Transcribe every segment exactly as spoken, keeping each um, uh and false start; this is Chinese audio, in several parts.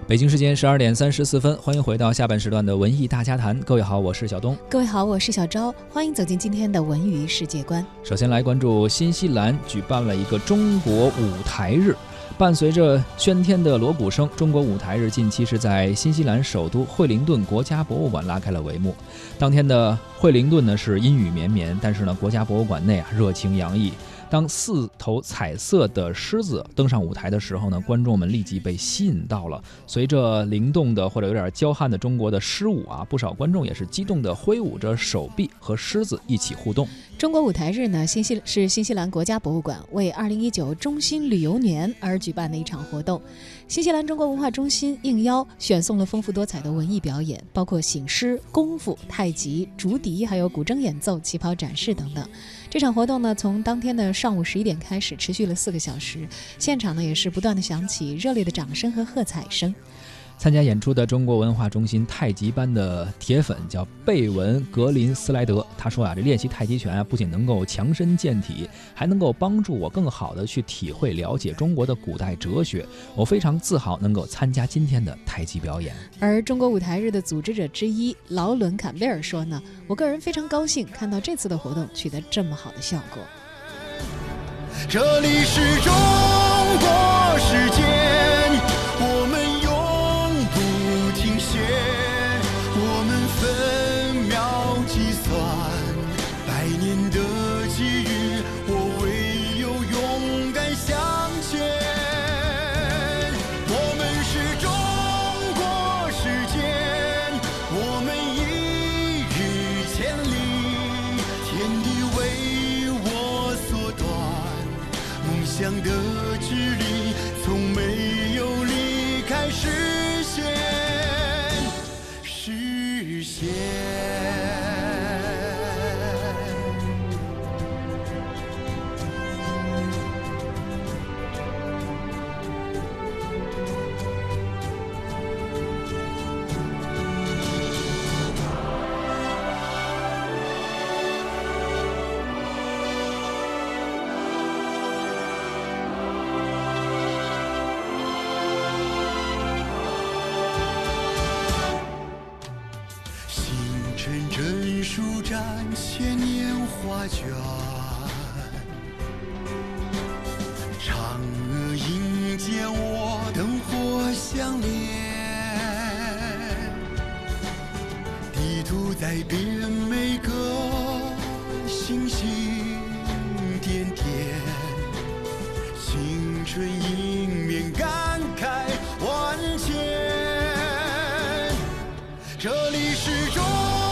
北京时间十二点三十四分，欢迎回到下半时段的文艺大家谈。各位好，我是小东。 各位好，我是小昭。欢迎走进今天的文娱世界观。 首先来关注新西兰举办了一个中国舞台日。伴随着喧天的锣鼓声，中国舞台日近期是在新西兰首都惠灵顿国家博物馆拉开了帷幕。当天的惠灵顿呢是阴雨绵绵，但是呢国家博物馆内啊热情洋溢。当四头彩色的狮子登上舞台的时候呢，观众们立即被吸引到了。随着灵动的或者有点娇悍的中国的狮舞啊，不少观众也是激动地挥舞着手臂和狮子一起互动。 中国舞台日呢，新西是新西兰国家博物馆为二零一九中新旅游年而举办的一场活动。新西兰中国文化中心应邀选送了丰富多彩的文艺表演，包括醒狮、功夫、太极、竹笛，还有古筝演奏、旗袍展示等等。这场活动呢，从当天的上午十一点开始，持续了四个小时。现场呢，也是不断的响起热烈的掌声和喝彩声。 参加演出的中国文化中心太极班的铁粉叫贝文格林斯莱德，他说啊，这练习太极拳啊，不仅能够强身健体，还能够帮助我更好的去体会了解中国的古代哲学。我非常自豪能够参加今天的太极表演。 而中国舞台日的组织者之一劳伦坎贝尔说呢，我个人非常高兴看到这次的活动取得这么好的效果。 这里是中国时间，我们我们分秒计算百年的机遇，我唯有勇敢向前。我们是中国时间，我们一日千里，天地为我所断，梦想的支离从没有离开实现。实现。真书展现年画卷，嫦娥迎接我，灯火相连，地图在变，每个星星点点，青春迎面感慨万千。这里是中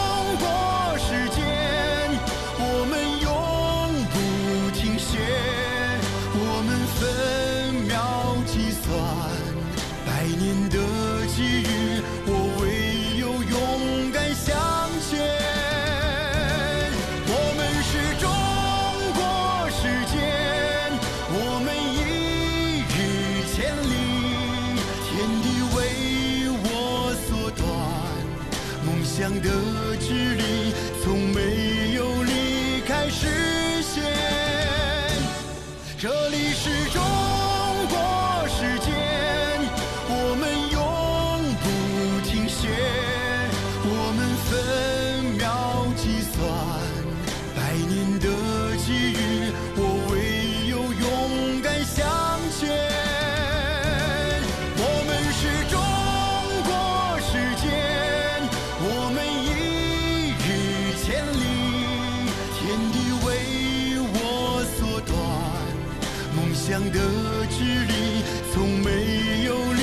百年的机遇，我唯有勇敢向前。我们是中国时间，我们一日千里，天地为我所断，梦想的支离从没有离开实现。这里是中国时间，我们永不停歇，我们分秒计算百年的机遇，我唯有勇敢向前。我们是中国时间，我们一日千里，天地为我所断，梦想的支离从没有